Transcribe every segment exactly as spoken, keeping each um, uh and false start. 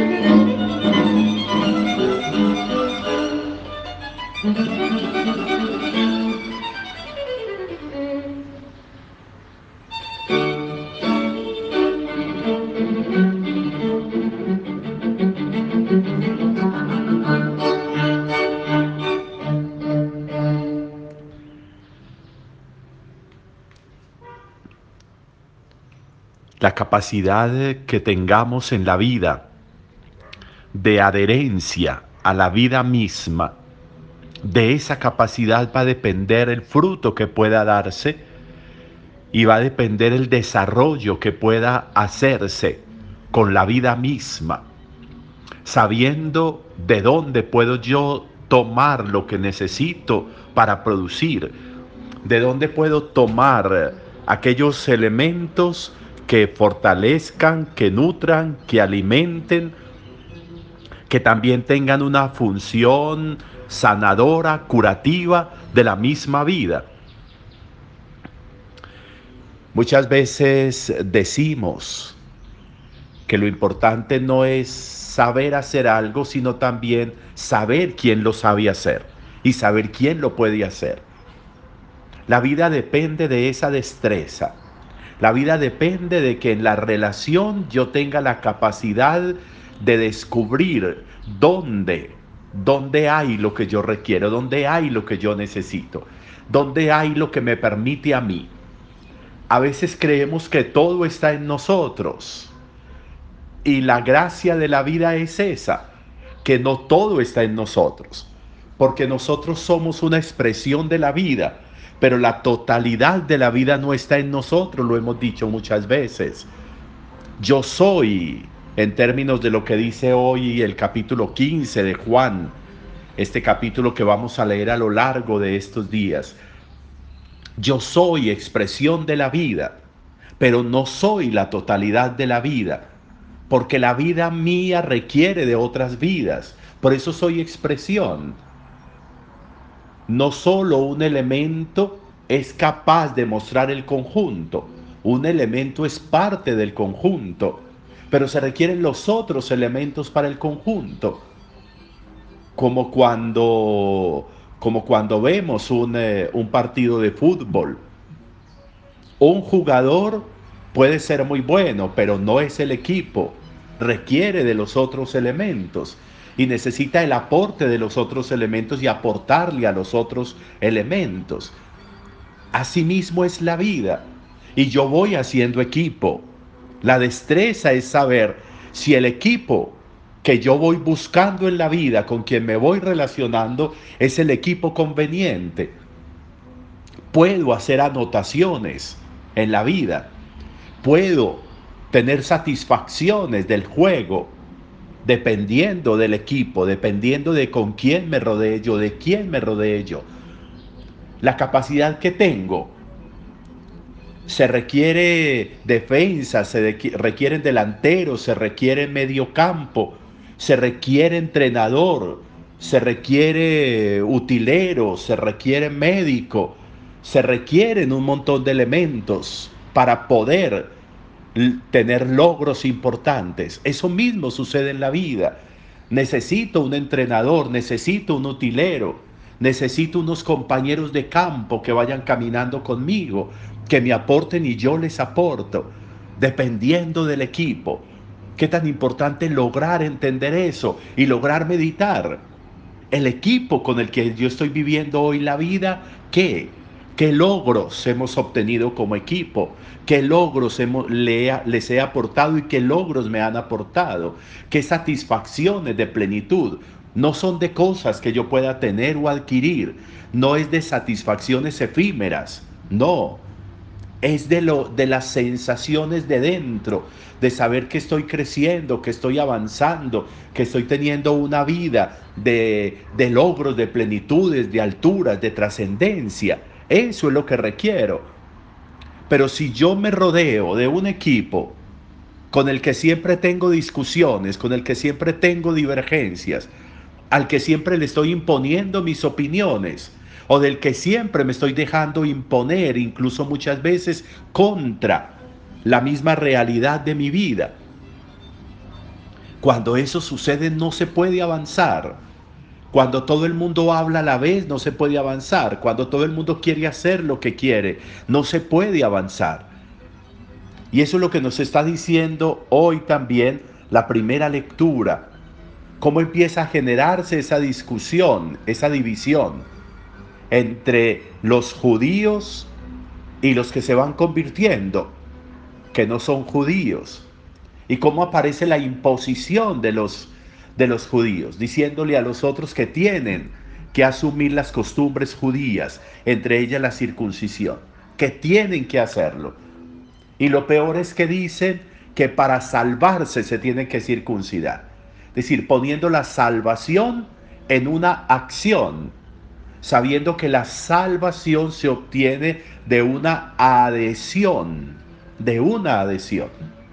La capacidad que tengamos en la vida de adherencia a la vida misma, de esa capacidad va a depender el fruto que pueda darse y va a depender el desarrollo que pueda hacerse con la vida misma, sabiendo de dónde puedo yo tomar lo que necesito para producir, de dónde puedo tomar aquellos elementos que fortalezcan, que nutran, que alimenten, que también tengan una función sanadora, curativa de la misma vida. Muchas veces decimos que lo importante no es saber hacer algo, sino también saber quién lo sabe hacer y saber quién lo puede hacer. La vida depende de esa destreza. La vida depende de que en la relación yo tenga la capacidad de descubrir dónde, dónde hay lo que yo requiero, dónde hay lo que yo necesito, dónde hay lo que me permite a mí. A veces creemos que todo está en nosotros y la gracia de la vida es esa, que no todo está en nosotros, porque nosotros somos una expresión de la vida, pero la totalidad de la vida no está en nosotros, lo hemos dicho muchas veces. Yo soy, en términos de lo que dice hoy el capítulo quince de Juan, este capítulo que vamos a leer a lo largo de estos días. Yo soy expresión de la vida, pero no soy la totalidad de la vida, porque la vida mía requiere de otras vidas. Por eso soy expresión. No solo un elemento es capaz de mostrar el conjunto, un elemento es parte del conjunto, pero se requieren los otros elementos para el conjunto. Como cuando, como cuando vemos un, eh, un partido de fútbol. Un jugador puede ser muy bueno, pero no es el equipo. Requiere de los otros elementos y necesita el aporte de los otros elementos y aportarle a los otros elementos. Asimismo es la vida y yo voy haciendo equipo. La destreza es saber si el equipo que yo voy buscando en la vida, con quien me voy relacionando, es el equipo conveniente. Puedo hacer anotaciones en la vida. Puedo tener satisfacciones del juego, dependiendo del equipo, dependiendo de con quién me rodee yo, de quién me rodee yo. La capacidad que tengo, se requiere defensa, se de, requieren delanteros, se requiere medio campo, se requiere entrenador, se requiere utilero, se requiere médico, se requieren un montón de elementos para poder tener logros importantes. Eso mismo sucede en la vida. Necesito un entrenador, necesito un utilero, necesito unos compañeros de campo que vayan caminando conmigo, que me aporten y yo les aporto, dependiendo del equipo. Qué tan importante lograr entender eso y lograr meditar. El equipo con el que yo estoy viviendo hoy la vida, ¿qué? ¿Qué logros hemos obtenido como equipo? ¿Qué logros hemos, le, les he aportado y qué logros me han aportado? ¿Qué satisfacciones de plenitud? No son de cosas que yo pueda tener o adquirir. No es de satisfacciones efímeras. No. Es de, lo, de las sensaciones de dentro, de saber que estoy creciendo, que estoy avanzando, que estoy teniendo una vida de, de logros, de plenitudes, de alturas, de trascendencia. Eso es lo que requiero. Pero si yo me rodeo de un equipo con el que siempre tengo discusiones, con el que siempre tengo divergencias, al que siempre le estoy imponiendo mis opiniones, o del que siempre me estoy dejando imponer, incluso muchas veces contra la misma realidad de mi vida. Cuando eso sucede no se puede avanzar. Cuando todo el mundo habla a la vez no se puede avanzar. Cuando todo el mundo quiere hacer lo que quiere, no se puede avanzar. Y eso es lo que nos está diciendo hoy también la primera lectura. Cómo empieza a generarse esa discusión, esa división entre los judíos y los que se van convirtiendo, que no son judíos. Y cómo aparece la imposición de los, de los judíos, diciéndole a los otros que tienen que asumir las costumbres judías, entre ellas la circuncisión, que tienen que hacerlo. Y lo peor es que dicen que para salvarse se tienen que circuncidar. Es decir, poniendo la salvación en una acción, sabiendo que la salvación se obtiene de una adhesión, de una adhesión.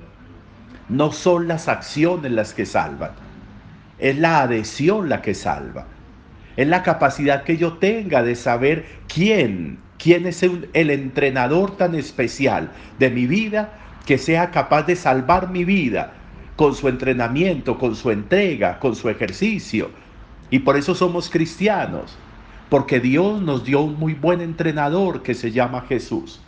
No son las acciones las que salvan, es la adhesión la que salva. Es la capacidad que yo tenga de saber quién, quién es el, el entrenador tan especial de mi vida, que sea capaz de salvar mi vida con su entrenamiento, con su entrega, con su ejercicio. Y por eso somos cristianos, porque Dios nos dio un muy buen entrenador que se llama Jesús,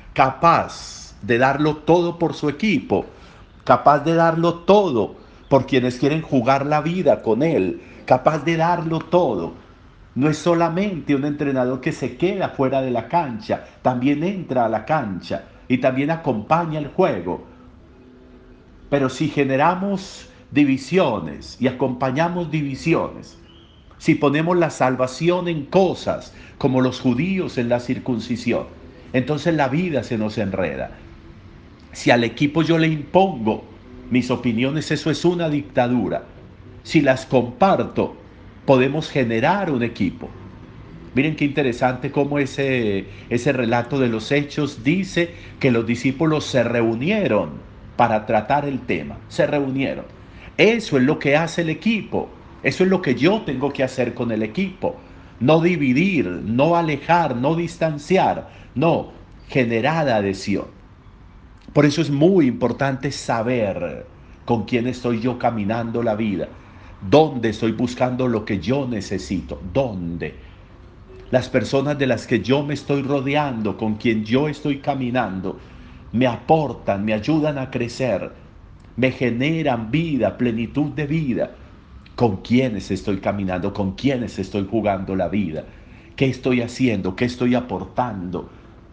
capaz de darlo todo por su equipo, capaz de darlo todo por quienes quieren jugar la vida con Él, capaz de darlo todo. No es solamente un entrenador que se queda fuera de la cancha, también entra a la cancha y también acompaña el juego. Pero si generamos divisiones y acompañamos divisiones, si ponemos la salvación en cosas como los judíos en la circuncisión, entonces la vida se nos enreda. Si al equipo yo le impongo mis opiniones, eso es una dictadura. Si las comparto, podemos generar un equipo. Miren qué interesante cómo ese, ese relato de los Hechos dice que los discípulos se reunieron para tratar el tema. Se reunieron. Eso es lo que hace el equipo. Eso es lo que yo tengo que hacer con el equipo. No dividir, no alejar, no distanciar. No, generar adhesión. Por eso es muy importante saber con quién estoy yo caminando la vida. ¿Dónde estoy buscando lo que yo necesito? ¿Dónde? Las personas de las que yo me estoy rodeando, con quien yo estoy caminando, me aportan, me ayudan a crecer, me generan vida, plenitud de vida. ¿Con quiénes estoy caminando? ¿Con quiénes estoy jugando la vida? ¿Qué estoy haciendo? ¿Qué estoy aportando?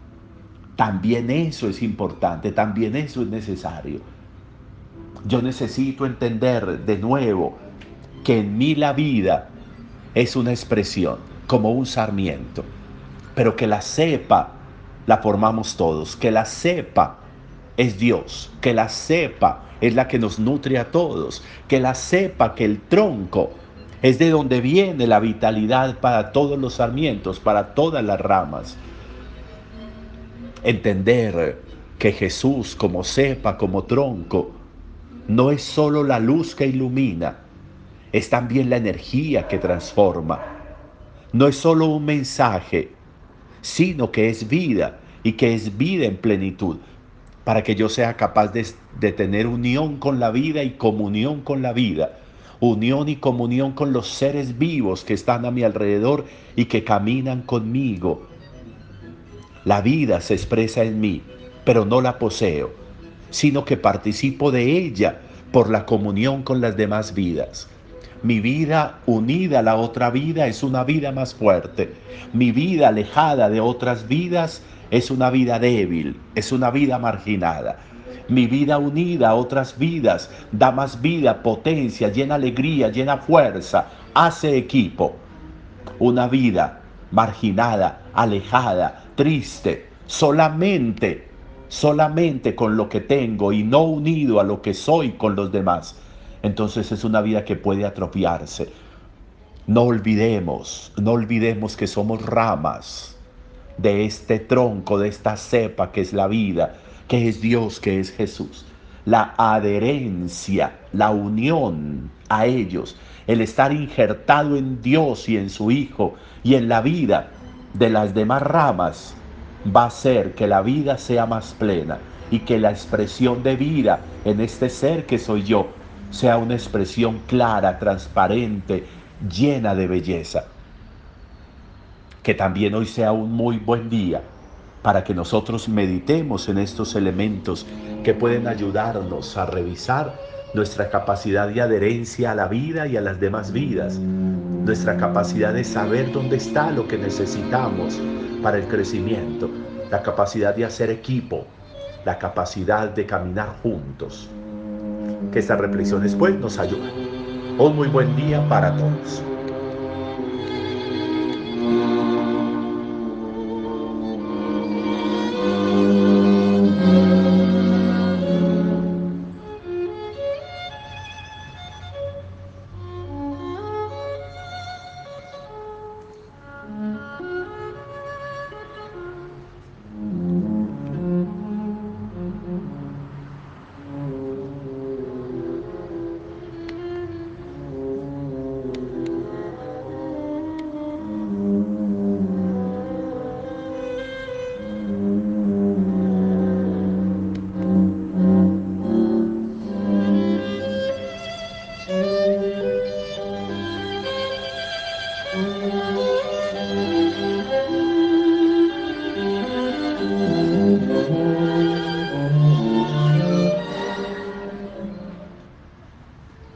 También eso es importante, también eso es necesario. Yo necesito entender de nuevo que en mí la vida es una expresión, como un sarmiento, pero que la cepa la formamos todos, que la cepa es Dios, que la cepa es la que nos nutre a todos, que la cepa, que el tronco es de donde viene la vitalidad para todos los sarmientos, para todas las ramas. Entender que Jesús como cepa, como tronco, no es solo la luz que ilumina, es también la energía que transforma. No es solo un mensaje, sino que es vida, y que es vida en plenitud, para que yo sea capaz de, de tener unión con la vida y comunión con la vida, unión y comunión con los seres vivos que están a mi alrededor y que caminan conmigo. La vida se expresa en mí, pero no la poseo, sino que participo de ella por la comunión con las demás vidas. Mi vida unida a la otra vida es una vida más fuerte. Mi vida alejada de otras vidas es una vida débil, es una vida marginada. Mi vida unida a otras vidas da más vida, potencia, llena alegría, llena fuerza, hace equipo. Una vida marginada, alejada, triste, solamente, solamente con lo que tengo y no unido a lo que soy con los demás, entonces es una vida que puede atrofiarse. No olvidemos, no olvidemos que somos ramas de este tronco, de esta cepa que es la vida, que es Dios, que es Jesús. La adherencia, la unión a ellos, el estar injertado en Dios y en su Hijo y en la vida de las demás ramas va a hacer que la vida sea más plena y que la expresión de vida en este ser que soy yo sea una expresión clara, transparente, llena de belleza. Que también hoy sea un muy buen día para que nosotros meditemos en estos elementos que pueden ayudarnos a revisar nuestra capacidad de adherencia a la vida y a las demás vidas, nuestra capacidad de saber dónde está lo que necesitamos para el crecimiento, la capacidad de hacer equipo, la capacidad de caminar juntos. Que estas reflexiones pues nos ayuden. Un muy buen día para todos.